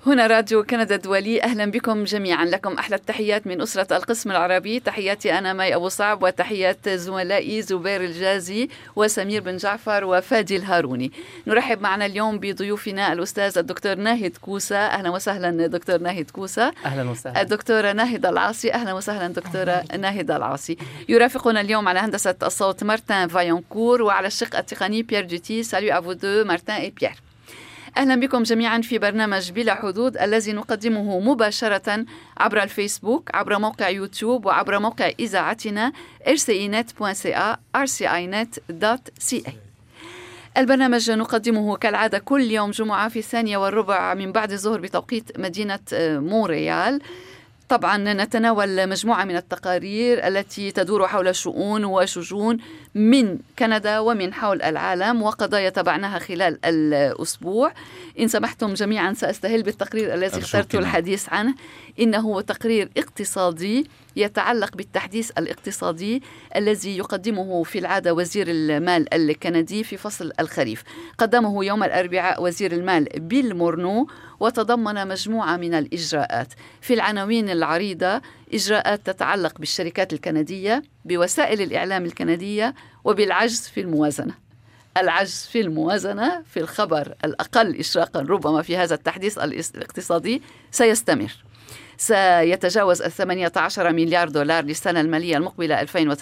هنا راديو كندا الدولي، أهلا بكم جميعا. لكم أحلى التحيات من أسرة القسم العربي. تحياتي أنا مي أبو صعب، وتحيات زملائي زبير الجازي وسمير بن جعفر وفادي الهاروني. نرحب معنا اليوم بضيوفنا الأستاذ الدكتور ناهد كوسة. أهلا وسهلا دكتور ناهد كوسة. أهلا وسهلا. الدكتورة ناهد العاصي. أهلا وسهلا دكتورة ناهد العاصي. يرافقنا اليوم على هندسة الصوت مارتن فايونكور، وعلى الشق التقني بيير دوتي. سالو أفو دو مارتن إي بيير. أهلا بكم جميعا في برنامج بلا حدود الذي نقدمه مباشرة عبر الفيسبوك، عبر موقع يوتيوب، وعبر موقع إذاعتنا rcinet.ca rcinet.ca. البرنامج نقدمه كالعادة كل يوم جمعة في 1:15 من بعد الظهر بتوقيت مدينة مونريال. طبعا نتناول مجموعة من التقارير التي تدور حول شؤون وشجون من كندا ومن حول العالم، وقضايا تبعناها خلال الأسبوع. إن سمحتم جميعا سأستهل بالتقرير الذي اخترت الحديث عنه. إنه تقرير اقتصادي يتعلق بالتحديث الاقتصادي الذي يقدمه في العادة وزير المال الكندي في فصل الخريف. قدمه يوم الأربعاء وزير المال بيل مورنو، وتضمن مجموعة من الإجراءات. في العناوين العريضة إجراءات تتعلق بالشركات الكندية، بوسائل الإعلام الكندية، وبالعجز في الموازنة. العجز في الموازنة في الخبر الأقل إشراقا ربما في هذا التحديث الاقتصادي سيستمر. سيتجاوز 18 مليار دولار للسنة المالية المقبلة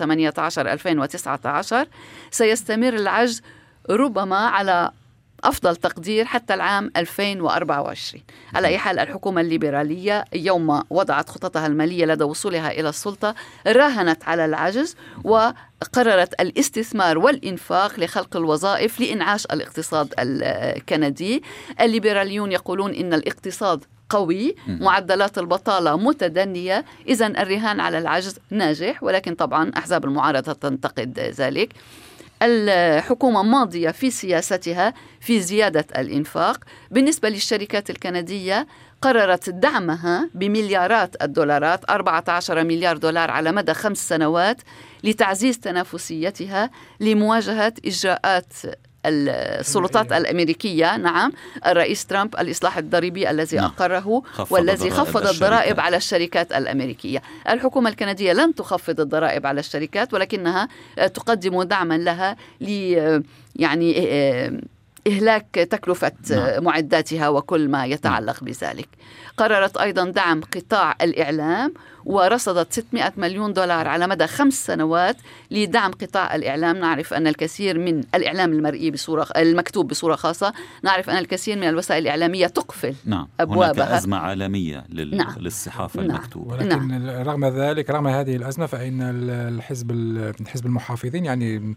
2018-2019. سيستمر العجز ربما على أفضل تقدير حتى العام 2024. على أي حال، الحكومة الليبرالية يوم وضعت خططها المالية لدى وصولها إلى السلطة راهنت على العجز، وقررت الاستثمار والإنفاق لخلق الوظائف لإنعاش الاقتصاد الكندي. الليبراليون يقولون إن الاقتصاد قوي، معدلات البطالة متدنية، إذن الرهان على العجز ناجح، ولكن طبعا أحزاب المعارضة تنتقد ذلك. الحكومة ماضية في سياستها في زيادة الإنفاق. بالنسبة للشركات الكندية قررت دعمها بمليارات الدولارات، 14 مليار دولار على مدى 5 سنوات، لتعزيز تنافسيتها لمواجهة إجراءات السلطات الأمريكية. نعم، الرئيس ترامب الإصلاح الضريبي الذي أقره والذي خفض الضرائب على الشركات الأمريكية. الحكومة الكندية لن تخفض الضرائب على الشركات، ولكنها تقدم دعما لها يعني إهلاك تكلفة معداتها وكل ما يتعلق بذلك. قررت أيضا دعم قطاع الإعلام، ورصدت 600 مليون دولار على مدى 5 سنوات لدعم قطاع الإعلام. نعرف أن الكثير من الإعلام المرئي المكتوب بصورة خاصة، نعرف أن الكثير من الوسائل الإعلامية تقفل أبوابها. هناك أزمة عالمية للصحافة المكتوبة. ولكن رغم ذلك، رغم هذه الأزمة، فإن الحزب المحافظين يعني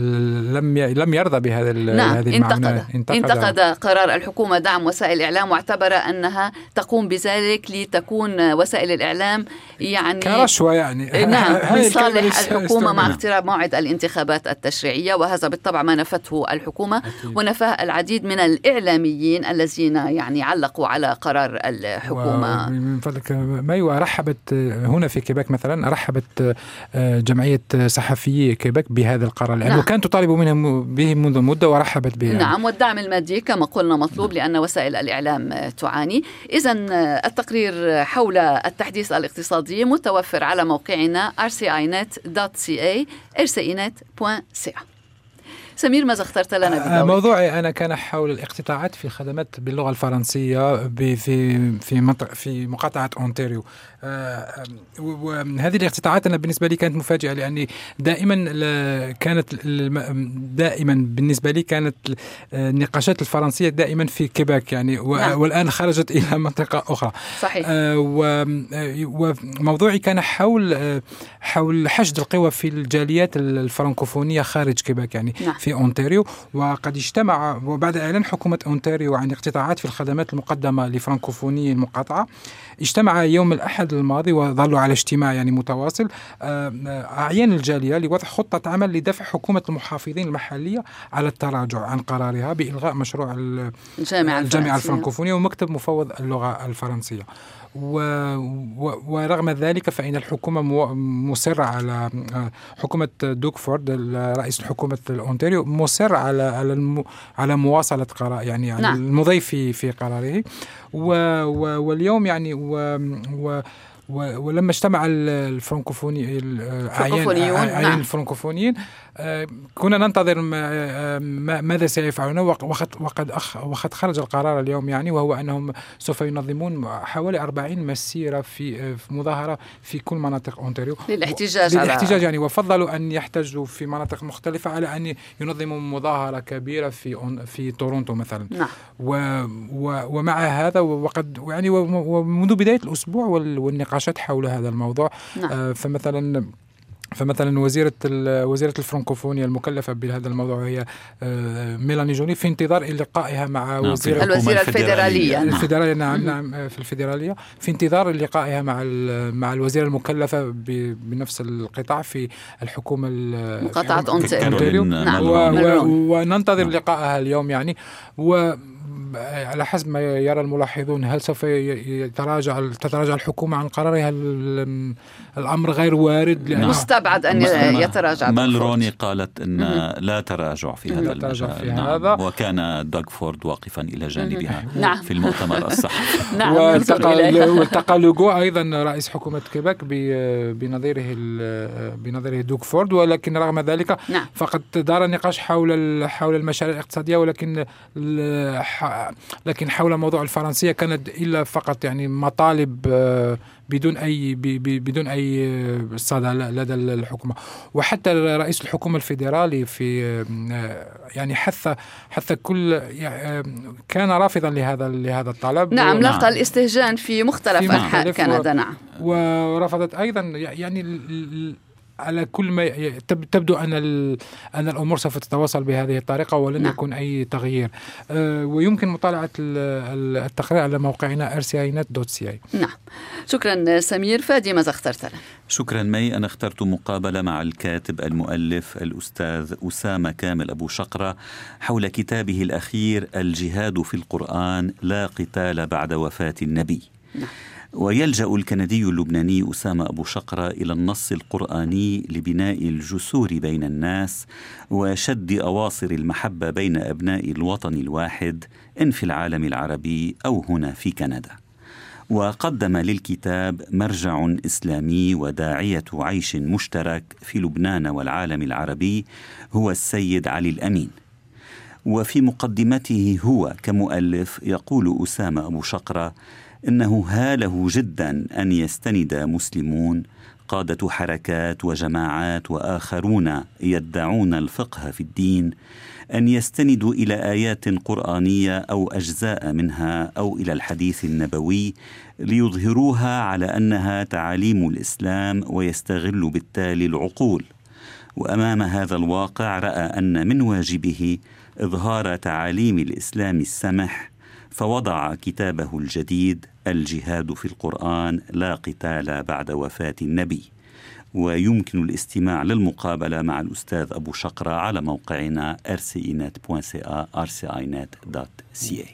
لم يرضى بهذا هذه المعونة. انتقد قرار الحكومة دعم وسائل الإعلام، واعتبر أنها تقوم بذلك لتكون وسائل الإعلام يعني كرشوة، يعني نعم، من صالح الحكومة مع اقتراب موعد الانتخابات التشريعية. وهذا بالطبع ما نفته الحكومة، ونفاه العديد من الإعلاميين الذين يعني علقوا على قرار الحكومة. من فضلك مايوة، رحبت هنا في كيباك مثلا، رحبت جمعية صحفيي كيباك بهذا القرار، لأنه كانت تطالب به منذ مدة ورحبت به. نعم، والدعم المادي كما قلنا مطلوب، لأن وسائل الإعلام تعاني. إذن التقرير حول التحديث الاقتصادي متوفر على موقعنا rcinet.ca rcinet.ca. سمير، ماذا اخترت لنا بدورك؟ موضوعي أنا كان حول الاقتطاعات في الخدمات باللغة الفرنسية في مقاطعة أونتاريو. وهذه الاقتطاعات أنا بالنسبة لي كانت مفاجئة، لأني دائما بالنسبة لي كانت النقاشات الفرنسية دائما في كيباك يعني، والآن خرجت إلى منطقة أخرى. صحيح. وموضوعي كان حول حشد القوى في الجاليات الفرنكوفونية خارج كيباك يعني في أونتاريو. وقد اجتمع، وبعد إعلان حكومة أونتاريو عن اقتطاعات في الخدمات المقدمة لفرنكوفوني المقاطعة، اجتمع يوم الأحد الماضي وظلوا على اجتماع يعني متواصل أعيان الجالية لوضع خطة عمل لدفع حكومة المحافظين المحلية على التراجع عن قرارها بإلغاء مشروع الجامعة الفرنكوفونية ومكتب مفوض اللغة الفرنسية. ورغم ذلك فإن الحكومة مصرة على حكومة دوغ فورد رئيس حكومة الأونتاريو أونتاريو مصر على مواصلة قرار يعني نعم. المضي في قراره. واليوم يعني ولما اجتمع الفرنكوفونيين نعم. الفرنكوفونيين كنا ننتظر ماذا سيفعلون، وقد خرج القرار اليوم يعني، وهو أنهم سوف ينظمون حوالي 40 مسيرة في مظاهرة في كل مناطق أونتاريو للاحتجاج يعني، وفضلوا أن يحتجوا في مناطق مختلفة على أن ينظموا مظاهرة كبيرة في تورونتو مثلا. نعم. ومع هذا وقد يعني ومنذ بداية الأسبوع والنقاشات حول هذا الموضوع. نعم. فمثلا وزيرة الفرنكوفونيا المكلفة بهذا الموضوع هي ميلاني جوني، في انتظار لقائها مع الوزيرة الفيدرالية. الفيدرالية نعم في الفيدرالية، في انتظار لقائها مع الوزيرة المكلفة بنفس القطاع في الحكومة مقاطعة أونتاريو. وننتظر لقائها اليوم يعني. على حسب ما يرى الملاحظون هل سوف تتراجع الحكومة عن قرارها؟ الأمر غير وارد، مستبعد أن يتراجع. مالروني قالت أن لا تراجع في هذا المجال. نعم. وكان دوغ فورد واقفا إلى جانبها في المؤتمر الصحفي. نعم. والتقى لوغو أيضا رئيس حكومة كيباك بنظيره دوغ فورد، ولكن رغم ذلك فقد دار النقاش حول المشاريع الاقتصادية، لكن حول موضوع الفرنسية كانت إلا فقط يعني مطالب بدون أي صدى لدى الحكومة. وحتى رئيس الحكومة الفيدرالي في يعني حث كل كان رافضا لهذا الطلب. نعم. لقى الاستهجان في مختلف أنحاء كندا. نعم. ورفضت أيضا يعني على كل ما تبدو أن الأمور سوف تتواصل بهذه الطريقة ولن يكون أي تغيير. ويمكن مطالعة التقرير على موقعنا rcinet.ca. نعم. شكرا سمير. فادي، ماذا اخترت لنا؟ شكرا مي. أنا اخترت مقابلة مع الكاتب المؤلف الأستاذ أسامة كامل أبو شقرة حول كتابه الأخير الجهاد في القرآن لا قتال بعد وفاة النبي. نعم. ويلجأ الكندي اللبناني أسامة أبو شقرة إلى النص القرآني لبناء الجسور بين الناس وشد أواصر المحبة بين أبناء الوطن الواحد إن في العالم العربي أو هنا في كندا. وقدم للكتاب مرجع إسلامي وداعية عيش مشترك في لبنان والعالم العربي هو السيد علي الأمين. وفي مقدمته هو كمؤلف يقول أسامة أبو شقرة إنه هاله جدا أن يستند مسلمون قادة حركات وجماعات وآخرون يدعون الفقه في الدين أن يستندوا إلى آيات قرآنية أو أجزاء منها أو إلى الحديث النبوي ليظهروها على أنها تعاليم الإسلام ويستغلوا بالتالي العقول. وأمام هذا الواقع رأى أن من واجبه إظهار تعاليم الإسلام السمح، فوضع كتابه الجديد الجهاد في القرآن لا قتال بعد وفاة النبي. ويمكن الاستماع للمقابلة مع الأستاذ أبو شقرة على موقعنا rcinet.ca rcinet.ca.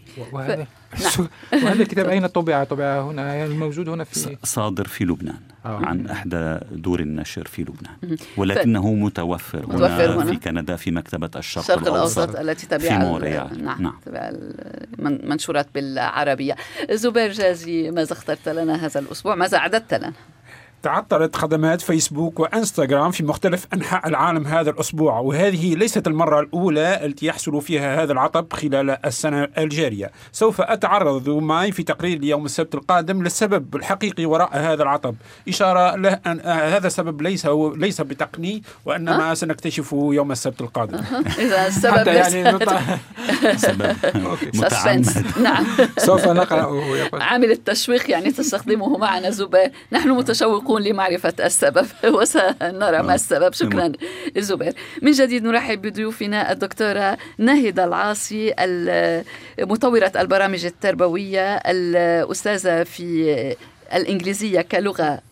وهذا الكتاب أين طبع هنا؟ الموجود هنا في صادر في لبنان عن أحدى دور النشر في لبنان، ولكنه متوفر هنا في كندا في مكتبة الشرق الأوسط التي تبع في مونريال. نعم. تبع المنشورات بالعربية. زبير جازي، ماذا اخترت لنا هذا الأسبوع؟ ماذا أعددت لنا؟ تعطلت خدمات فيسبوك وإنستغرام في مختلف أنحاء العالم هذا الأسبوع، وهذه ليست المرة الأولى التي يحصل فيها هذا العطب خلال السنة الجارية. سوف أتعرض معي في تقرير اليوم السبت القادم للسبب الحقيقي وراء هذا العطب، إشارة له أن هذا السبب ليس بتقني، وإنما سنكتشف يوم السبت القادم. إذا السبب يعني سبب متعمد. نعم. سوف نقرأه. عامل التشويق يعني تستخدمه معنا زبير. نحن متشوقون لمعرفة السبب وسنرى ما السبب. شكرا زبير. من جديد نرحب بضيوفنا الدكتورة ناهدة العاصي، مطورة البرامج التربوية، الأستاذة في الإنجليزية كلغة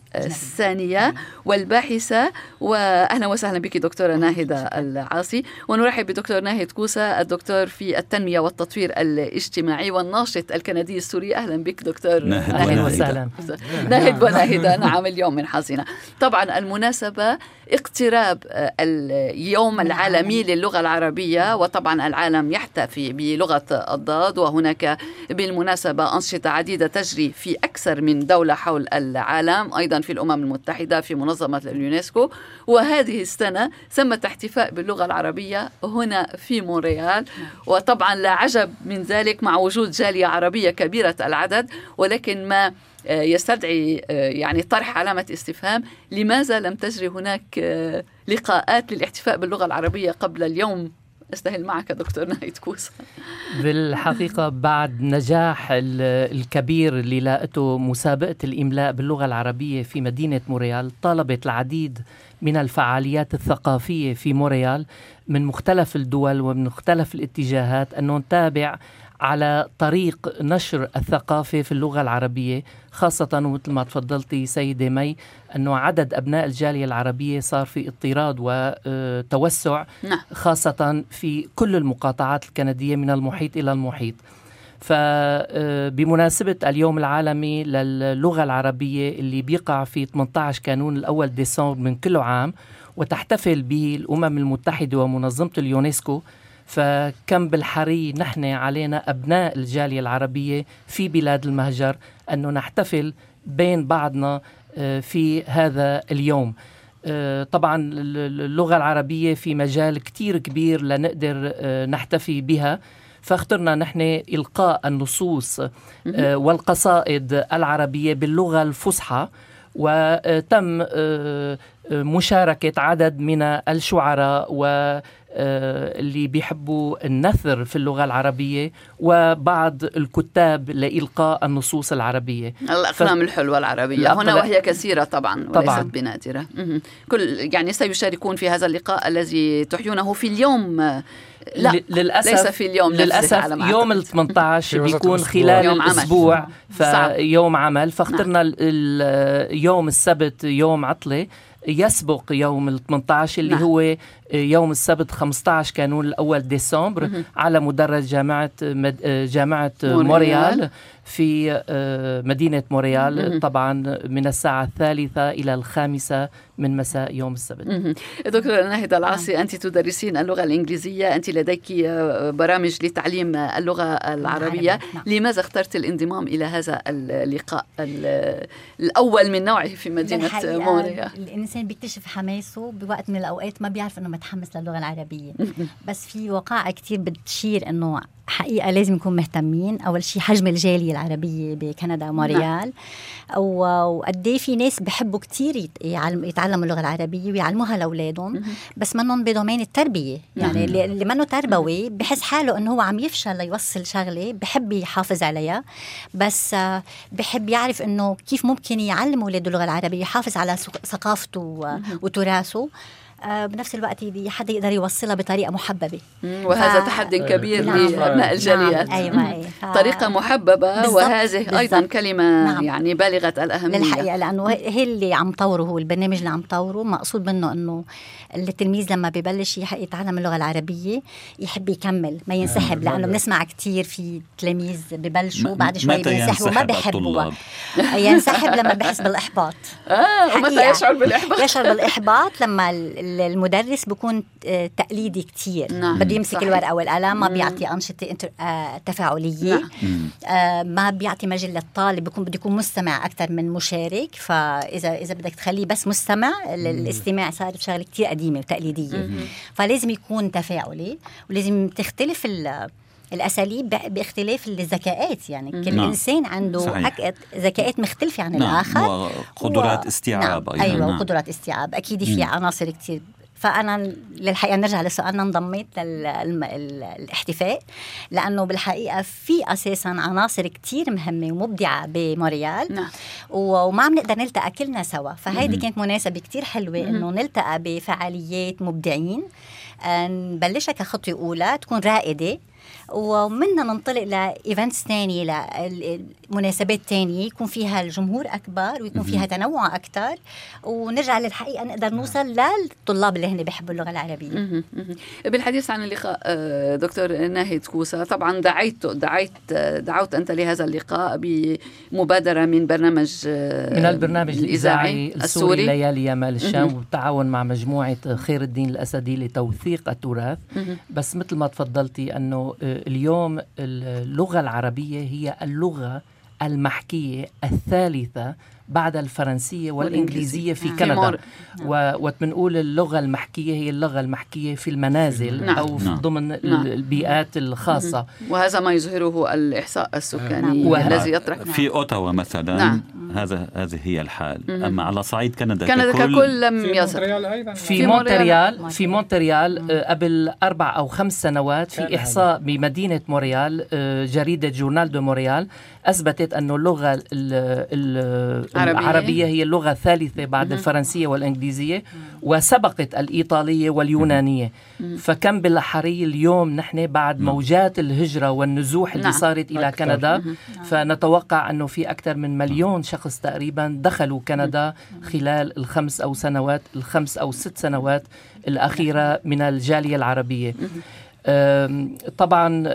الثانية والباحثة. وأهلا وسهلا بك دكتورة ناهدة العاصي. ونرحب بدكتور ناهد كوسة الدكتور في التنمية والتطوير الاجتماعي والناشط الكندي السوري. أهلا بك دكتور ناهد وسهلا. ناهد وناهدة. نعم اليوم من حظنا. طبعا المناسبة اقتراب اليوم العالمي للغة العربية، وطبعا العالم يحتفي بلغة الضاد، وهناك بالمناسبة أنشطة عديدة تجري في أكثر من دولة حول العالم، أيضا في الأمم المتحدة في منظمة اليونسكو. وهذه السنة سمت احتفاء باللغة العربية هنا في مونريال، وطبعا لا عجب من ذلك مع وجود جالية عربية كبيرة العدد. ولكن ما يستدعي يعني طرح علامة استفهام: لماذا لم تجري هناك لقاءات للاحتفاء باللغة العربية قبل اليوم؟ أستهل معك دكتور ناهد كوسة. بالحقيقة بعد نجاح الكبير اللي لاقته مسابقة الإملاء باللغة العربية في مدينة مونريال، طالبت العديد من الفعاليات الثقافية في مونريال من مختلف الدول ومن مختلف الاتجاهات أنه نتابع على طريق نشر الثقافة في اللغة العربية، خاصة مثل ما تفضلتي سيدة مي أنه عدد أبناء الجالية العربية صار في اضطراد وتوسع، خاصة في كل المقاطعات الكندية من المحيط إلى المحيط. فبمناسبة اليوم العالمي للغة العربية اللي بيقع في 18 كانون الأول ديسمبر من كل عام، وتحتفل به الأمم المتحدة ومنظمة اليونسكو، فكم بالحري نحن علينا أبناء الجالية العربية في بلاد المهجر أنه نحتفل بين بعضنا في هذا اليوم. طبعا اللغة العربية في مجال كتير كبير لنقدر نحتفي بها، فاخترنا نحن إلقاء النصوص والقصائد العربية باللغة الفصحى، وتم مشاركة عدد من الشعراء اللي بيحبوا النثر في اللغة العربية وبعض الكتاب لإلقاء النصوص العربية، الأقلام الحلوة العربية هنا، وهي كثيرة طبعا وليست بنادرة. كل يعني سيشاركون في هذا اللقاء الذي تحيونه في اليوم. لا للأسف ليس في اليوم، للأسف يوم ال 18 بيكون خلال الأسبوع، فيوم عمل، فاخترنا يوم السبت يوم عطلة يسبق يوم ال 18 اللي هو يوم السبت 15 كانون الأول ديسمبر على مدرج جامعة مونريال في مدينة مونريال، طبعا من الساعة 3 إلى 5 من مساء يوم السبت. دكتورة ناهدة العاصي، أنت تدرسين اللغة الإنجليزية، أنت لديك برامج لتعليم اللغة العربية. لماذا اخترت الانضمام إلى هذا اللقاء الأول من نوعه في مدينة مونريال؟ الإنسان بيكتشف حماسه بوقت من الأوقات ما بيعرف أنه متحمس للغة العربية، بس في وقائع كتير بتشير أنه حقيقة لازم نكون مهتمين. أول شيء حجم الجالية العربية بكندا مونريال، وقديه في ناس بحبوا كتير يتعلموا اللغة العربية ويعلموها لأولادهم، بس منهم بدومين التربية. يعني اللي منه تربوي بحس حاله أنه هو عم يفشل ليوصل شغلة بحب يحافظ عليها، بس بحب يعرف أنه كيف ممكن يعلم أولاده اللغة العربية، يحافظ على ثقافته وتراثه، بنفس الوقت حدا يقدر يوصلها بطريقة محببة. وهذا تحدي كبير لأبناء الجاليات. أيوة. طريقة محببة، وهذه أيضا كلمة يعني بالغة الأهمية للحقيقة، لأنه هي اللي عم طوره، هو البرنامج اللي عم طوره مقصود منه أنه التلميذ لما ببلش يتعلم اللغة العربية يحب يكمل، ما ينسحب، لأنه بنسمع كتير في تلاميذ ببلشوا بعد شوي بينسحبوا، ما بيحبوا، ينسحب لما بحس بالإحباط. ومتى يشعر بالإحباط؟ يشعر بالإحباط لما المدرس بيكون تقليدي كتير، بده يمسك الورقة والقلم، ما بيعطي أنشطة تفاعلية، ما بيعطي مجال للطالب، بده يكون مستمع أكثر من مشارك. فإذا بدك تخليه بس مستمع، الاستماع صار بشغلة كتير قديمة وتقليدية، فلازم يكون تفاعلي، ولازم تختلف الأساليب باختلاف الذكاءات. يعني كل إنسان عنده ذكاءات مختلفة عن الآخر، وقدرات استيعاب أيضا. أيوة، وقدرات استيعاب أكيد في عناصر كتير. فأنا للحقيقة نرجع لسؤالنا، انضميت للاحتفاء لأنه بالحقيقة في أساساً عناصر كتير مهمة ومبدعة بمونريال، وما عم نقدر نلتقى كلنا سوا. فهيدي كانت مناسبة كتير حلوة إنه نلتقى بفعاليات مبدعين، نبلشها كخطوة أولى تكون رائدة ومنها ننطلق لإيفنتس تانية، لمناسبات تانية يكون فيها الجمهور أكبر ويكون فيها تنوع أكتر، ونرجع للحقيقة نقدر نوصل للطلاب اللي هن بيحبوا اللغة العربية. بالحديث عن اللقاء دكتور ناهد كوسة، طبعا دعوت أنت لهذا اللقاء بمبادرة من البرنامج الإذاعي السوري ليالي يمال الشام، وبالتعاون مع مجموعة خير الدين الأسدي لتوثيق التراث. بس مثل ما تفضلتي أنه اليوم اللغة العربية هي اللغة المحكية الثالثة بعد الفرنسية والإنجليزية في كندا. وبنقول اللغة المحكية هي اللغة المحكية في المنازل أو في ضمن البيئات الخاصة. وهذا ما يظهره الإحصاء السكاني الذي يطرح في أوتاوا مثلا. هذه هي الحال. أما على صعيد كندا ككل لم يصل. في مونتريال قبل 4 أو 5 سنوات في إحصاء بمدينة مونريال، جريدة جورنال دو مونريال أثبتت أنه اللغة العربية هي اللغة الثالثة بعد الفرنسية والإنجليزية، وسبقت الإيطالية واليونانية. فكم بالحري اليوم نحن بعد موجات الهجرة والنزوح اللي صارت إلى كندا، فنتوقع أنه في أكثر من 1 مليون شخص تقريبا دخلوا كندا خلال ال5 أو 6 سنوات الأخيرة من الجالية العربية. طبعا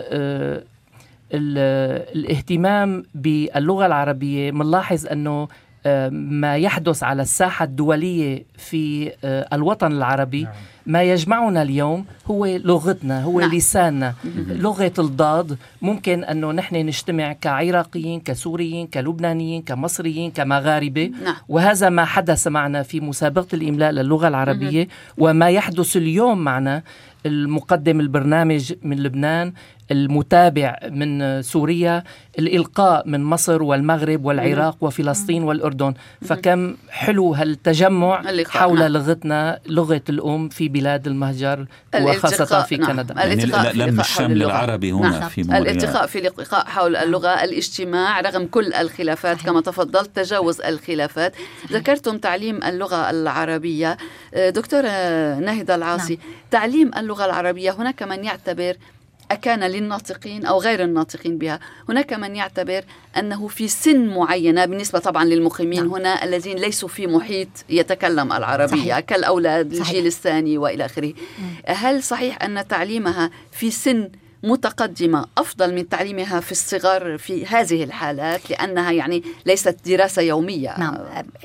الاهتمام باللغة العربية منلاحظ أنه ما يحدث على الساحة الدولية في الوطن العربي ما يجمعنا اليوم هو لغتنا، هو لساننا، لغة الضاد. ممكن أنه نحن نجتمع كعراقيين، كسوريين، كلبنانيين، كمصريين، كمغاربة. وهذا ما حدث معنا في مسابقة الإملاء للغة العربية، وما يحدث اليوم معنا المقدم البرنامج من لبنان، المتابع من سوريا، الإلقاء من مصر والمغرب والعراق وفلسطين والأردن. فكم حلو هالتجمع حول لغتنا، لغة الأم في بلاد المهجر وخاصة في كندا. يعني لم الشمل العربي هنا في موريال. الالتقاء في اللقاء حول اللغة، الاجتماع رغم كل الخلافات كما تفضلت، تجاوز الخلافات. ذكرتم تعليم اللغة العربية. دكتورة ناهدة العاصي، تعليم اللغة العربية هناك من يعتبر أكان للناطقين أو غير الناطقين بها، هناك من يعتبر أنه في سن معينة، بالنسبة طبعا للمقيمين هنا الذين ليسوا في محيط يتكلم العربية كالأولاد الجيل الثاني وإلى آخره. هل صحيح أن تعليمها في سن متقدمة أفضل من تعليمها في الصغر في هذه الحالات، لأنها يعني ليست دراسة يومية؟ نعم،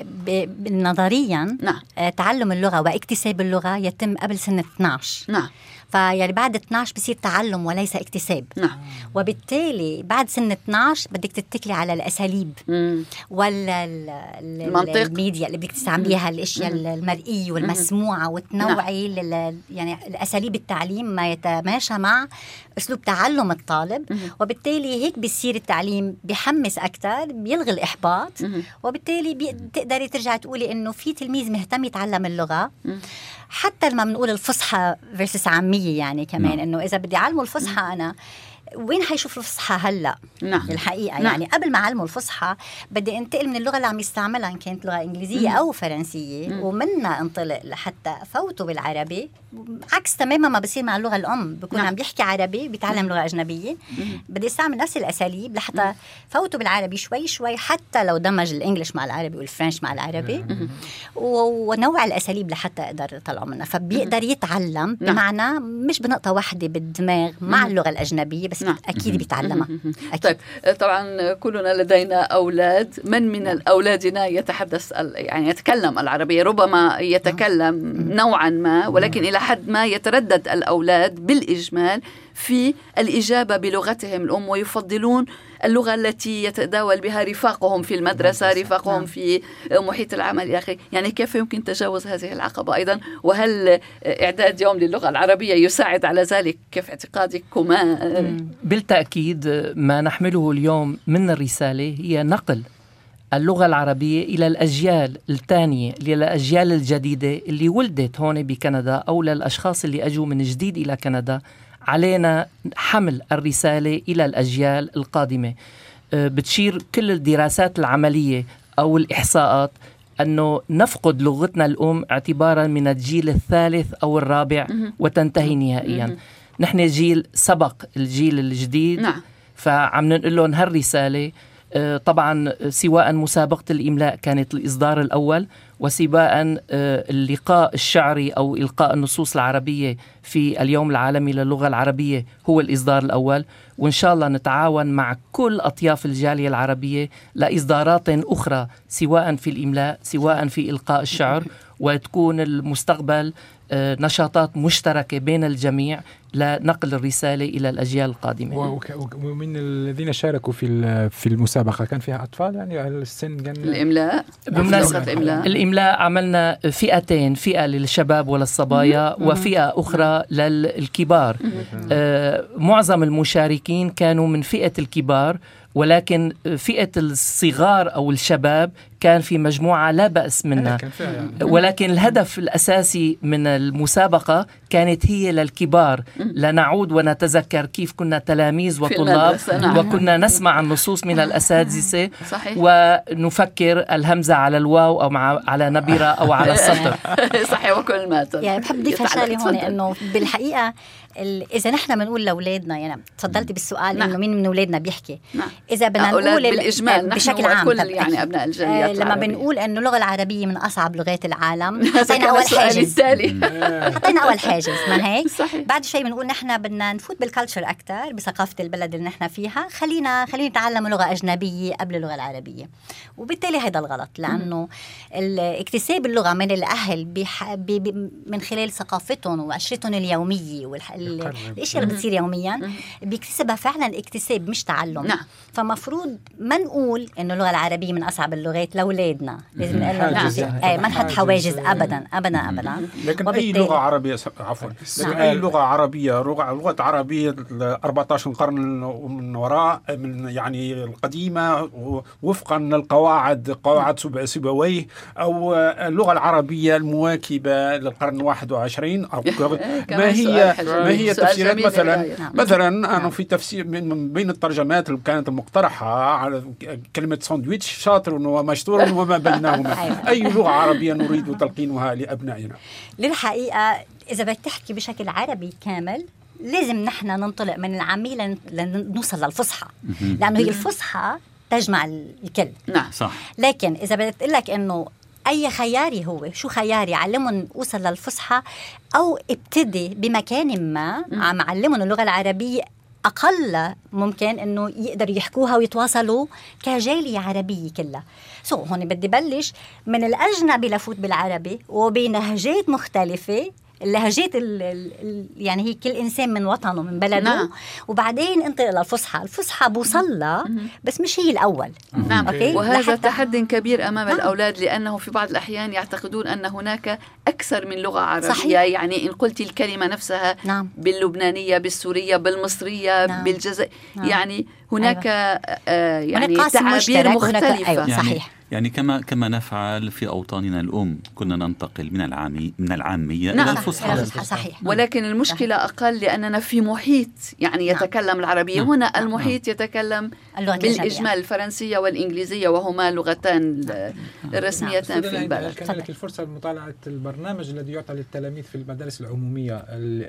نظريا تعلم اللغة واكتساب اللغة يتم قبل سن 12. نعم، فيعني بعد 12 بصير تعلم وليس اكتساب. وبالتالي بعد سن 12 بدك تتكلي على الأساليب ولا الميديا اللي بدك تستعمليها، الاشياء المرئية والمسموعة، وتنوعي يعني الأساليب التعليم ما يتماشى مع أسلوب تعلم الطالب. وبالتالي هيك بيصير التعليم بيحمس أكتر، بيلغي الإحباط. وبالتالي بتقدري ترجع تقولي إنه في تلميذ مهتم يتعلم اللغة. حتى لما بنقول الفصحى versus عامية، يعني كمان إنه إذا بدي أعلمه الفصحى أنا وين حيشوف الفصحى هلا؟ الحقيقة يعني قبل ما أعلمه الفصحى بدي انتقل من اللغة اللي عم يستعملها إن كانت لغة إنجليزية أو فرنسية، ومنها انطلق لحتى فوته بالعربي. عكس تماما ما بصير مع اللغة الأم، بكون عم بيحكي عربي بيتعلم لغة أجنبية، بدي استعمل نفس الأساليب لحتى فوته بالعربي شوي شوي، حتى لو دمج الإنجليش مع العربي والفرنش مع العربي، ونوع الأساليب لحتى أقدر أطلعه منها. فبيقدر يتعلم بمعنى مش بنقطة واحدة بالدماغ مع اللغة الأجنبية، بس أكيد بيتعلمها. طيب، طبعا كلنا لدينا أولاد. من أولادنا يتحدث يعني يتكلم العربية، ربما يتكلم نوعا ما، ولكن إلى حد ما يتردد الأولاد بالإجمال في الإجابة بلغتهم الأم، ويفضلون اللغة التي يتداول بها رفاقهم في المدرسة، رفاقهم في محيط العمل إلى آخره. يعني كيف يمكن تجاوز هذه العقبة أيضا؟ وهل إعداد يوم للغة العربية يساعد على ذلك؟ كيف اعتقادكما؟ بالتأكيد ما نحمله اليوم من الرسالة هي نقل اللغة العربية إلى الأجيال الثانية، للأجيال الجديدة اللي ولدت هون بكندا، أو للأشخاص اللي أجوا من جديد إلى كندا. علينا حمل الرسالة إلى الأجيال القادمة. بتشير كل الدراسات العملية أو الإحصاءات أنه نفقد لغتنا الأم اعتبارا من الجيل الثالث أو الرابع وتنتهي نهائيا. نحن جيل سبق الجيل الجديد. نعم. فعم ننقل لهم هالرسالة. طبعا سواء مسابقة الإملاء كانت الإصدار الأول، وسواء اللقاء الشعري أو إلقاء النصوص العربية في اليوم العالمي للغة العربية هو الإصدار الأول. وإن شاء الله نتعاون مع كل أطياف الجالية العربية لإصدارات أخرى سواء في الإملاء سواء في إلقاء الشعر، وتكون المستقبل نشاطات مشتركة بين الجميع لنقل الرسالة إلى الأجيال القادمة. ومن الذين شاركوا في المسابقة كان فيها أطفال يعني السن الإملاء. بمناسبة الإملاء عملنا فئتين، فئة للشباب وللصبايا وفئة أخرى للكبار. معظم المشاركين كانوا من فئة الكبار، ولكن فئة الصغار أو الشباب كان في مجموعة لا بأس منها، ولكن الهدف الأساسي من المسابقة كانت هي للكبار، لنعود ونتذكر كيف كنا تلاميذ وطلاب وكنا نسمع النصوص من الأساتذة ونفكر الهمزة على الواو أو على نبرة أو على السطر. صحيح. وكل ما يعني بحب ضيف شغله هون إنه بالحقيقة إذا نحن بنقول لأولادنا، يعني تفضلتي بالسؤال إنه مين من أولادنا بيحكي، إذا بدنا نقول بالإجمال بشكل عام كل يعني أبناء الجاليات لما بنقول إنه اللغة العربية من أصعب لغات العالم حطينا أول حاجز. حطينا أول حاجز ما هيك. صحيح. بعد شوي بنقول نحن بدنا نفوت بالكالتشر أكتر، بثقافة البلد اللي نحن فيها، خلينا نتعلم لغة أجنبية قبل اللغة العربية. وبالتالي هذا الغلط، لأنه اكتساب اللغة من الأهل من خلال ثقافتهم وعشرتهم اليومية والأشياء اللي بتصير يوميا بيكتسبها فعلا اكتساب مش تعلم. نعم. فمفروض ما نقول إنه اللغة العربية من أصعب اللغات لأولادنا، لازم نقول ما نحط حواجز أبدا أبدا أبدا. لكن أي لغة عربية لكن أي لغة عربية لغة عربية 14 قرن من وراء من يعني القديمة وفقا للقواعد قواعد سيبويه أو اللغة العربية المواكبة للقرن 21 أو ما هي تفسيرات مثلا أنا في تفسير من بين الترجمات اللي كانت المقترحة على كلمة ساندويتش شاطر ومشطور وما بينهما. أي لغة عربية نريد تلقينها لأبنائنا؟ للحقيقة إذا بدك تحكي بشكل عربي كامل لازم نحن ننطلق من العامية لنوصل للفصحى، لأنه هي الفصحى تجمع الكل. نعم صح. لكن إذا بدك تقول لك إنه أي خياري هو شو خياري علمهم أوصل للفصحى أو ابتدي بمكان ما عم علمهم اللغة العربية أقل ممكن إنه يقدروا يحكوها ويتواصلوا كجالية عربية كلها. هون بدي بلش من الأجنبي لفوت بالعربي وبلهجات مختلفة، اللهجات يعني هي كل إنسان من وطنه من بلده. نعم. وبعدين انتقل للفصحى. الفصحى بوصلها بس مش هي الأول. نعم. وهذا تحدي كبير أمام الأولاد، لأنه في بعض الأحيان يعتقدون أن هناك أكثر من لغة عربية. صحيح. يعني إن قلت الكلمة نفسها باللبنانية بالسورية بالمصرية بالجزائر يعني هناك يعني تعابير مختلفة. صحيح. يعني كما نفعل في أوطاننا الأم كنا ننتقل من العامية إلى الفصحى. صحيح. ولكن المشكلة أقل لأننا في محيط يعني يتكلم العربية. هنا المحيط يتكلم بالإجمال الفرنسية والإنجليزية وهما لغتان الرسميتان في البلد. كان لك الفرصة لمطالعة البرنامج الذي يعطى للتلاميذ في المدارس العمومية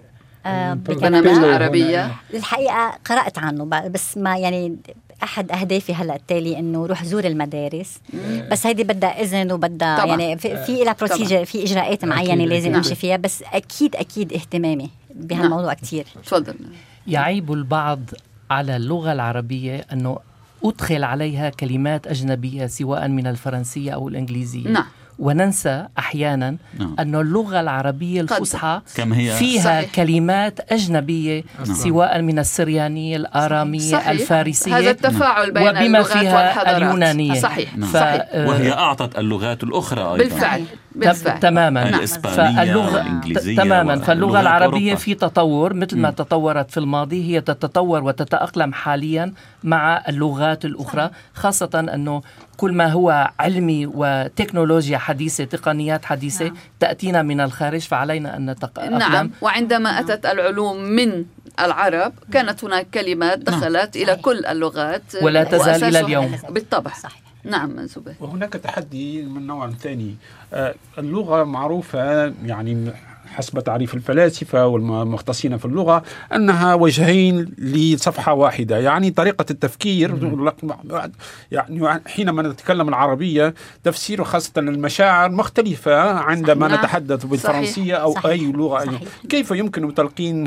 برنامج العربية. الحقيقة قرأت عنه بس ما يعني أحد أهدافي هلأ التالي إنه روح زور المدارس. بس هيدي بدها إذن وبدها يعني في إلى بروسيجر في إجراءات معينة لازم أمشي فيها. بس أكيد اهتمامي بهالموضوع كتير. تفضل. يعيب البعض على اللغة العربية أنه أدخل عليها كلمات أجنبية سواء من الفرنسية أو الإنجليزية. وننسى أحيانا أن اللغة العربية الفصحى فيها كلمات أجنبية سواء من السريانية الآرامية الفارسية. هذا التفاعل بين وبما فيها اليونانية. صحيح. وهي أعطت اللغات الأخرى أيضا. بالفعل. تماما. الإسبانية والإنجليزية. تماما. فاللغة العربية في تطور مثل ما تطورت في الماضي، هي تتطور وتتأقلم حاليا مع اللغات الأخرى، خاصة أنه كل ما هو علمي وتكنولوجيا حديثة تقنيات حديثة تأتينا من الخارج، فعلينا أن نتأقلم. نعم. وعندما أتت العلوم من العرب كانت هناك كلمات دخلت إلى كل اللغات ولا تزال إلى اليوم. بالطبع. صحيح. نعم زبير. وهناك تحدي من نوع ثاني. اللغة معروفة يعني حسب تعريف الفلاسفة والمختصين في اللغة أنها وجهين لصفحة واحدة. يعني طريقة التفكير يعني حينما نتكلم العربية تفسير خاصة المشاعر مختلفة عندما نتحدث بالفرنسية أو أي لغة. كيف يمكن تلقين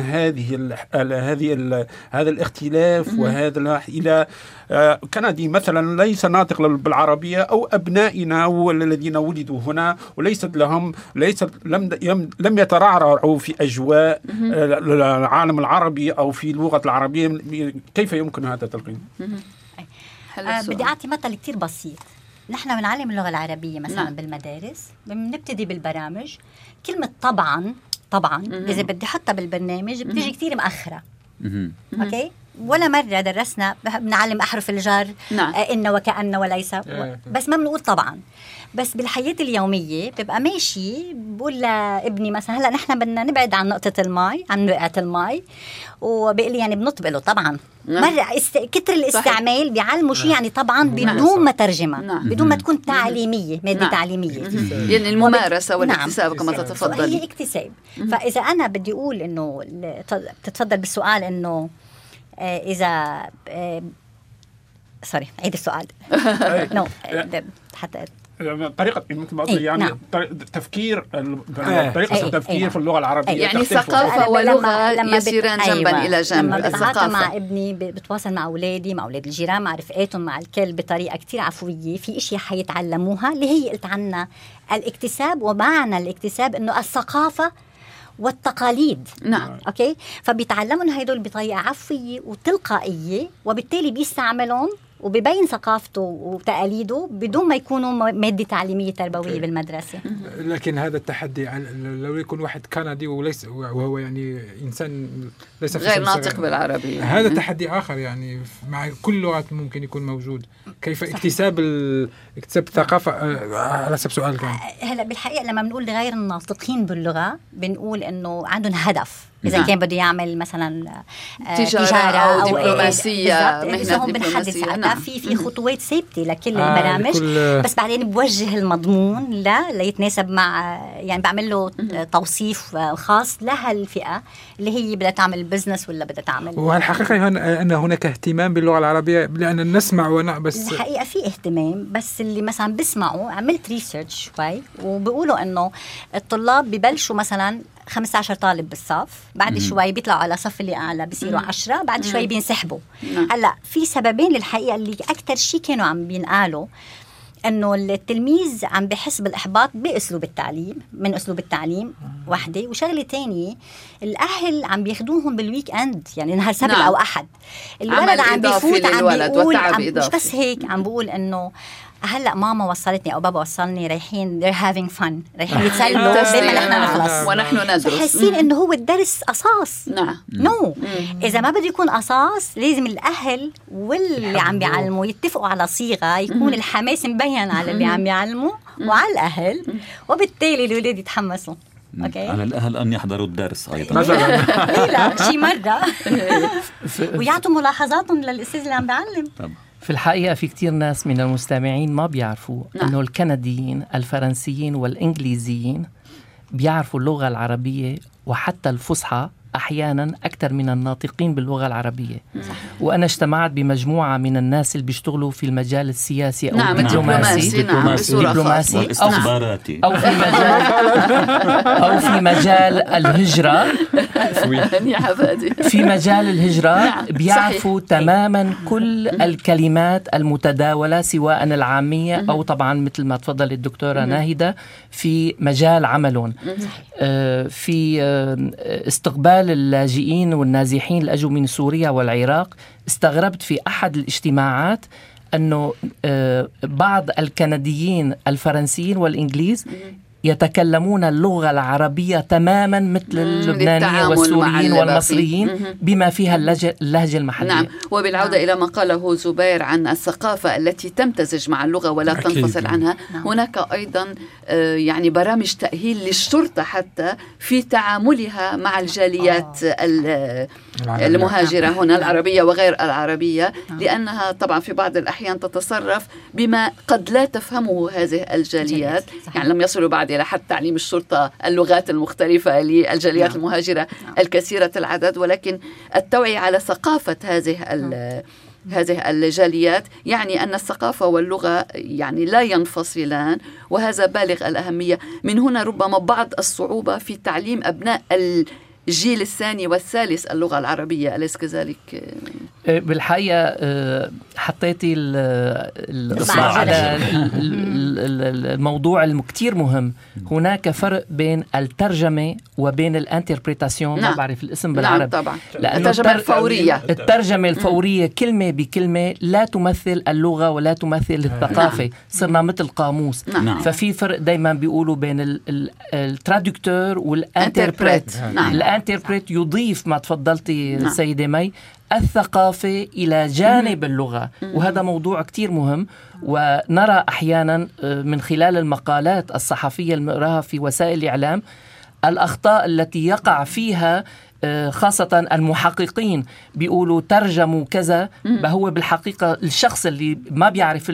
هذا الاختلاف وهذا إلى كندي مثلا ليس ناطق بالعربية أو أبنائنا الذين ولدوا هنا لم يترعرعوا في أجواء العالم العربي أو في اللغة العربية، كيف يمكن هذا التلقين؟ بدي أعطي مثل كتير بسيط. نحن بنعلم اللغة العربية مثلا بالمدارس، بنبتدي بالبرامج كلمة طبعا إذا بدي حطها بالبرنامج بتيجي كتير مأخرة. أوكي، ولا مرة درسنا بنعلم أحرف الجر إن وكأن وليس، بس ما بنقول طبعا. بس بالحياة اليومية ببقى ماشي بقول لابني مثلا هلا نحن بدنا نبعد عن نقطة الماء، عن رئة الماء، وبقول لي يعني بنطبق له طبعا. مرة كتر الاستعمال بيعلموا شيء يعني طبعا بدون ما ترجمة، بدون ما تكون تعليمية، مادة تعليمية. يعني الممارسة والاكتساب كما تتفضلي. هي اكتساب. فإذا أنا بدي أقول إنه تتفضل بالسؤال إنه إذا عيد السؤال. حتى طريقة يعني تفكير طريقة التفكير في اللغة العربية يعني ثقافة ولغة يسيران جنبا إلى جنب. لما بتعاطى مع ابني بتواصل مع أولادي، مع أولاد الجيران، مع رفقاتهم، مع الكل بطريقة كتير عفوية، في إشياء حيتعلموها اللي هي قلت عنها الاكتساب. ومعنى الاكتساب إنه الثقافة والتقاليد. أوكي، فبيتعلمون هيدول بطريقة عفوية وتلقائية، وبالتالي بيستعملون وبيبين ثقافته وتقاليده بدون ما يكونوا مادة تعليمية تربوية بالمدرسة. لكن هذا التحدي لو يكون واحد كندي وهو يعني إنسان ليس غير ناطق بالعربية، هذا تحدي آخر يعني مع كل لغة ممكن يكون موجود. كيف اكتساب الثقافة على حسب سؤال كان. هلا بالحقيقة لما بنقول غير الناطقين باللغة بنقول إنه عندهم هدف. إذا كان بده يعمل مثلا تجارة أو دبلوماسية، مهنة دبلوماسية، في خطوات ثابتة لكل البرامج، بس بعدين بوجه المضمون ليتناسب مع يعني بعمل له توصيف خاص لها الفئة اللي هي بدها تعمل بزنس ولا بدها تعمل. والحقيقة أن هناك اهتمام باللغة العربية لأن نسمع بس الحقيقة في اهتمام، بس اللي مثلا بسمعوا عملت ريسيرش شوي وبيقولوا إنه الطلاب ببلشوا مثلا 15 طالب بالصف، بعد شوي بيطلعوا على صف اللي أعلى بيصيروا 10، بعد شوي بينسحبوا. هلا في سببين للحقيقة اللي أكتر شيء كانوا عم بينقالوا، إنه التلميذ عم بحس بالإحباط بأسلوب التعليم، من أسلوب التعليم وحدة، وشغلة تانية الأهل عم بياخدوهم بالويك أند، يعني نهار سبت أو أحد الولد عم بيفوت عم بيقول مش بس هيك، عم بقول إنه هلا ماما وصلتني او بابا وصلني رايحين they're having fun، رايحين يتسلوا بما نحن نخلص ونحن ندرس. حاسين انه هو الدرس قصاص. نو اذا ما بده يكون قصاص لازم الاهل واللي عم بيعلموا يتفقوا على صيغه يكون الحماس مبين على اللي عم يعلموا وعلى الاهل، وبالتالي الاولاد يتحمسوا. أوكي. على الأهل أن يحضروا الدرس أيضا لا شي مرة ويعطوا ملاحظاتهم للأستاذ اللي عم بيعلم. في الحقيقة في كتير ناس من المستمعين ما بيعرفوا أنه الكنديين الفرنسيين والإنجليزيين بيعرفوا اللغة العربية وحتى الفصحى أحيانا أكثر من الناطقين باللغة العربية. وأنا اجتمعت بمجموعة من الناس اللي بيشتغلوا في المجال السياسي أو الدبلوماسي أو في مجال الهجرة. في مجال الهجرة بيعرفوا تماما كل الكلمات المتداولة سواء العامية أو طبعا مثل ما تفضل الدكتورة ناهدة في مجال عملهم. في استقبال اللاجئين والنازحين اللي أجوا من سوريا والعراق، استغربت في أحد الاجتماعات أنه بعض الكنديين الفرنسيين والإنجليز يتكلمون اللغة العربية تماما مثل اللبنانيين والسوريين والمصريين بما فيها اللهجة المحلية. نعم، وبالعودة إلى ما قاله زبير عن الثقافة التي تمتزج مع اللغة ولا تنفصل عنها، هناك أيضا يعني برامج تأهيل للشرطة حتى في تعاملها مع الجاليات المهاجرة هنا العربية وغير العربية، لأنها طبعا في بعض الأحيان تتصرف بما قد لا تفهمه هذه الجاليات. يعني لم يصلوا بعد إلى حد تعليم الشرطة اللغات المختلفة للجاليات المهاجرة الكثيرة العدد، ولكن التوعية على ثقافة هذه الجاليات، يعني أن الثقافة واللغة يعني لا ينفصلان، وهذا بالغ الأهمية. من هنا ربما بعض الصعوبة في تعليم أبناء الجيل الثاني والثالث اللغة العربية، أليس كذلك؟ بالحقيقة حطيتي على الموضوع المكتير مهم. هناك فرق بين الترجمة وبين الانتربريتاسيون. ما بعرف الاسم بالعربي. طبعا. الترجمة الفورية كلمة بكلمة لا تمثل اللغة ولا تمثل الثقافة. صرنا مثل قاموس. ففي فرق دايما بيقولوا بين الترادكتور والانتربريت. الانتربريت يضيف ما تفضلتي سيدة مي الثقافة إلى جانب اللغة، وهذا موضوع كتير مهم. ونرى أحيانا من خلال المقالات الصحفية اللي نقراها في وسائل الإعلام الأخطاء التي يقع فيها خاصة المحققين، بيقولوا ترجموا كذا، هو بالحقيقة الشخص اللي ما بيعرف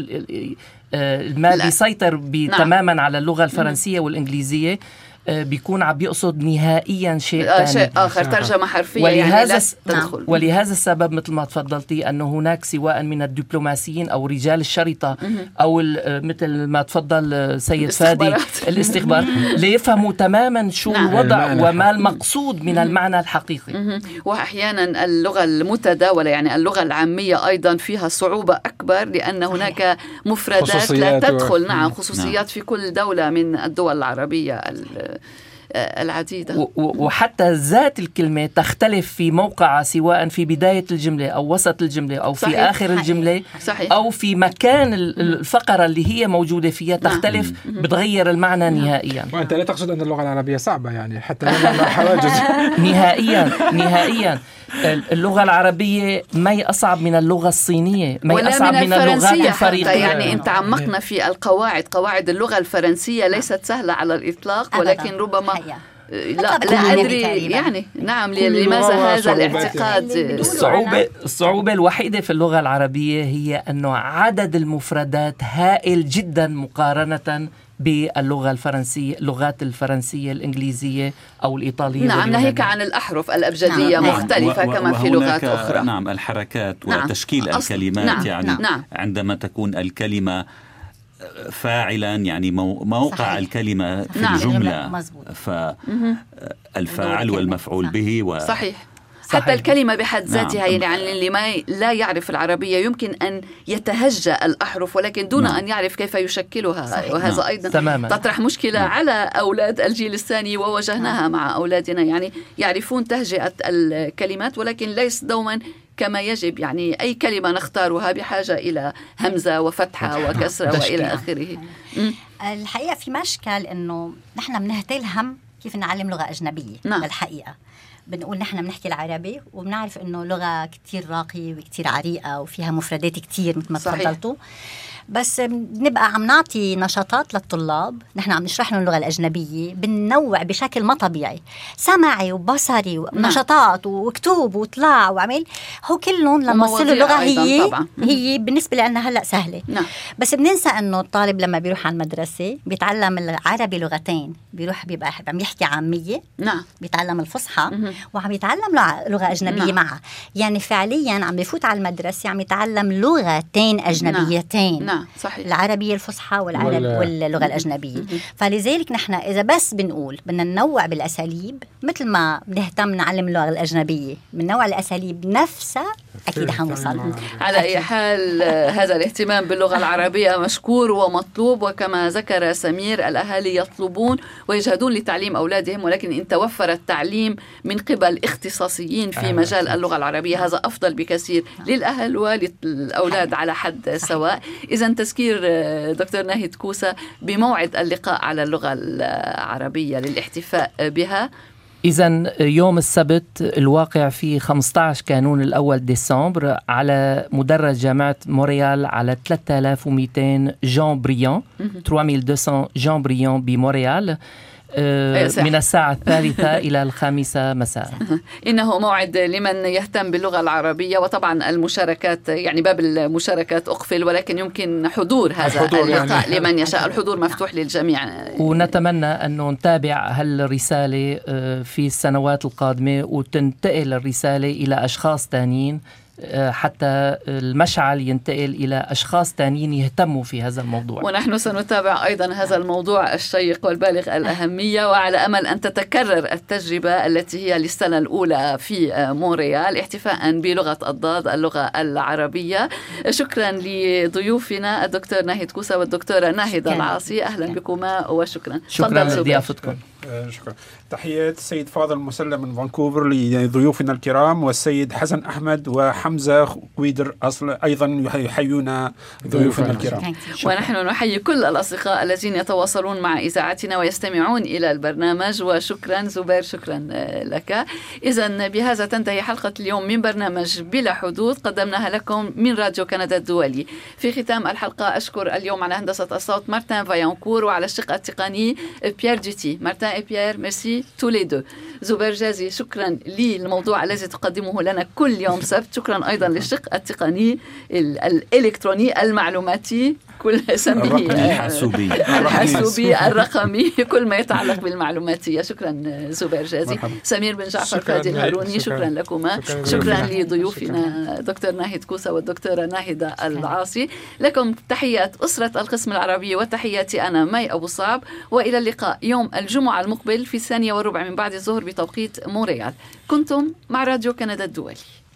ما بيسيطر تماما على اللغة الفرنسية والإنجليزية بيكون عم بيقصد نهائيا شيء آخر، ترجمة حرفية. يعني ولهذا السبب مثل ما تفضلتي أنه هناك سواء من الدبلوماسيين أو رجال الشرطة أو مثل ما تفضل سيد فادي الاستخبار ليفهموا تماما شو الوضع وما المقصود من المعنى الحقيقي. وأحيانا اللغة المتداولة يعني اللغة العامية أيضا فيها صعوبة أكبر، لأن هناك مفردات لا تدخل خصوصيات في كل دولة من الدول العربية العديدة. وحتى ذات الكلمة تختلف في موقعها، سواء في بداية الجملة أو وسط الجملة أو في آخر الجملة. أو في مكان الفقرة اللي هي موجودة فيها تختلف، بتغير المعنى نهائيا. وأنت لا تقصد أن اللغة العربية صعبة يعني حتى مع حواجز؟ نهائيا اللغة العربية ما أصعب من اللغة الصينية، ما أصعب من اللغات الفريقية. يعني إن تعمقنا في قواعد اللغة الفرنسية ليست سهلة على الإطلاق، ولكن ربما لا أدري يعني لماذا هذا الاعتقاد؟ الصعوبة الوحيدة في اللغة العربية هي أنه عدد المفردات هائل جدا مقارنة باللغة الفرنسية، اللغات الفرنسية، الإنجليزية أو الإيطالية. ناهيك عن الأحرف الأبجدية مختلفة كما في لغات أخرى. الحركات وتشكيل الكلمات. يعني عندما تكون الكلمة فاعلا، يعني موقع الكلمة في الجملة، فالفاعل والمفعول به صحيح. حتى الكلمة بحد ذاتها يعني اللي ما لا يعرف العربية يمكن أن يتهجأ الأحرف، ولكن دون أن يعرف كيف يشكلها. وهذا أيضا تطرح مشكلة على أولاد الجيل الثاني، وواجهناها مع أولادنا. يعني يعرفون تهجئة الكلمات ولكن ليس دوما كما يجب. يعني أي كلمة نختارها بحاجة إلى همزة وفتحة وكسرة وإلى آخره. الحقيقة في مشكل أنه نحن بنهتلهم كيف نعلم لغة أجنبية. الحقيقة بنقول نحن بنحكي العربي وبنعرف إنه لغة كتير راقية وكتير عريقة وفيها مفردات كتير مثل ما تفضلتوا، بس بنبقى عم نعطي نشاطات للطلاب، نحن عم نشرح لهم اللغة الأجنبية، بننوع بشكل ما طبيعي، سمعي وبصري ونشاطات وكتوب وطلاع وعمل، هو كلهم لما نوصل اللغة هي بالنسبة لنا هلأ سهلة. بس بننسى إنه الطالب لما بيروح على المدرسة بيتعلم العربي لغتين، بيروح بيبقى عم يحكي عامية، بيتعلم الفصحى وعم يتعلم لغة أجنبية معها. يعني فعليا عم بيفوت على المدرسة عم يتعلم لغتين أجنبيتين. صحيح. العربية الفصحى واللغة الأجنبية. فلذلك نحن إذا بس بنقول بدنا ننوع بالأساليب، مثل ما بنهتم نعلم اللغة الأجنبية بننوع الأساليب نفسها، أكيد حنوصل. على أي حال هذا الاهتمام باللغة العربية مشكور ومطلوب، وكما ذكر سمير الأهالي يطلبون ويجهدون لتعليم أولادهم، ولكن إن توفر التعليم من قبل اختصاصيين في مجال اللغة العربية هذا أفضل بكثير للأهل وللأولاد على حد سواء. إذن تذكير دكتور ناهد كوسة بموعد اللقاء على اللغة العربية للاحتفاء بها. إذن يوم السبت الواقع في 15 كانون الأول ديسمبر على مدرج جامعة مونريال على 3200 جان بريان 3200 جان بريان بمونريال. من الساعة 3 إلى 5 مساء. إنه موعد لمن يهتم باللغة العربية، وطبعا المشاركات يعني باب المشاركات أقفل، ولكن يمكن حضور هذا اللقاء يعني لمن يشاء. الحضور مفتوح للجميع، ونتمنى أنه نتابع هالرسالة في السنوات القادمة وتنتقل الرسالة إلى أشخاص تانيين، حتى المشعل ينتقل إلى أشخاص تانيين يهتموا في هذا الموضوع. ونحن سنتابع أيضا هذا الموضوع الشيق والبالغ الأهمية، وعلى أمل أن تتكرر التجربة التي هي للسنة الأولى في مونريال احتفاء بلغة الضاد اللغة العربية. شكرا لضيوفنا الدكتور ناهد كوسة والدكتورة ناهدة العاصي، أهلا بكما وشكرا. شكرا لضيافتكم. شكرا. تحيات السيد فاضل مسلم من فانكوفر لضيوفنا الكرام، والسيد حسن أحمد وحمزة كويدر أصل أيضا يحيون ضيوفنا الكرام. ونحن نحيي كل الأصدقاء الذين يتواصلون مع إذاعتنا ويستمعون إلى البرنامج، وشكرا زبير، شكرا لك. إذن بهذا تنتهي حلقة اليوم من برنامج بلا حدود قدمناها لكم من راديو كندا الدولي. في ختام الحلقة أشكر اليوم على هندسة الصوت مارتن فايانكور، وعلى الشق التقني بيير دوتي. مارتن et Pierre, merci tous les deux. زبير جازي، شكرا للموضوع الذي تقدمه لنا كل يوم سبت. شكرا أيضا للشق التقني الإلكتروني المعلوماتي، كل سميه الحاسوبي الرقمي، كل ما يتعلق بالمعلوماتية. شكرا زبير جازي. سمير بن جعفر فادي الهاروني، شكرا لكما. شكرا لضيوفنا دكتور ناهد كوسة والدكتورة ناهدة العاصي. لكم تحيات أسرة القسم العربي وتحياتي أنا مي أبو صعب، وإلى اللقاء يوم الجمعة المقبل في 2:15 من بعد الظهر بتوقيت مونريال. كنتم مع راديو كندا الدولي.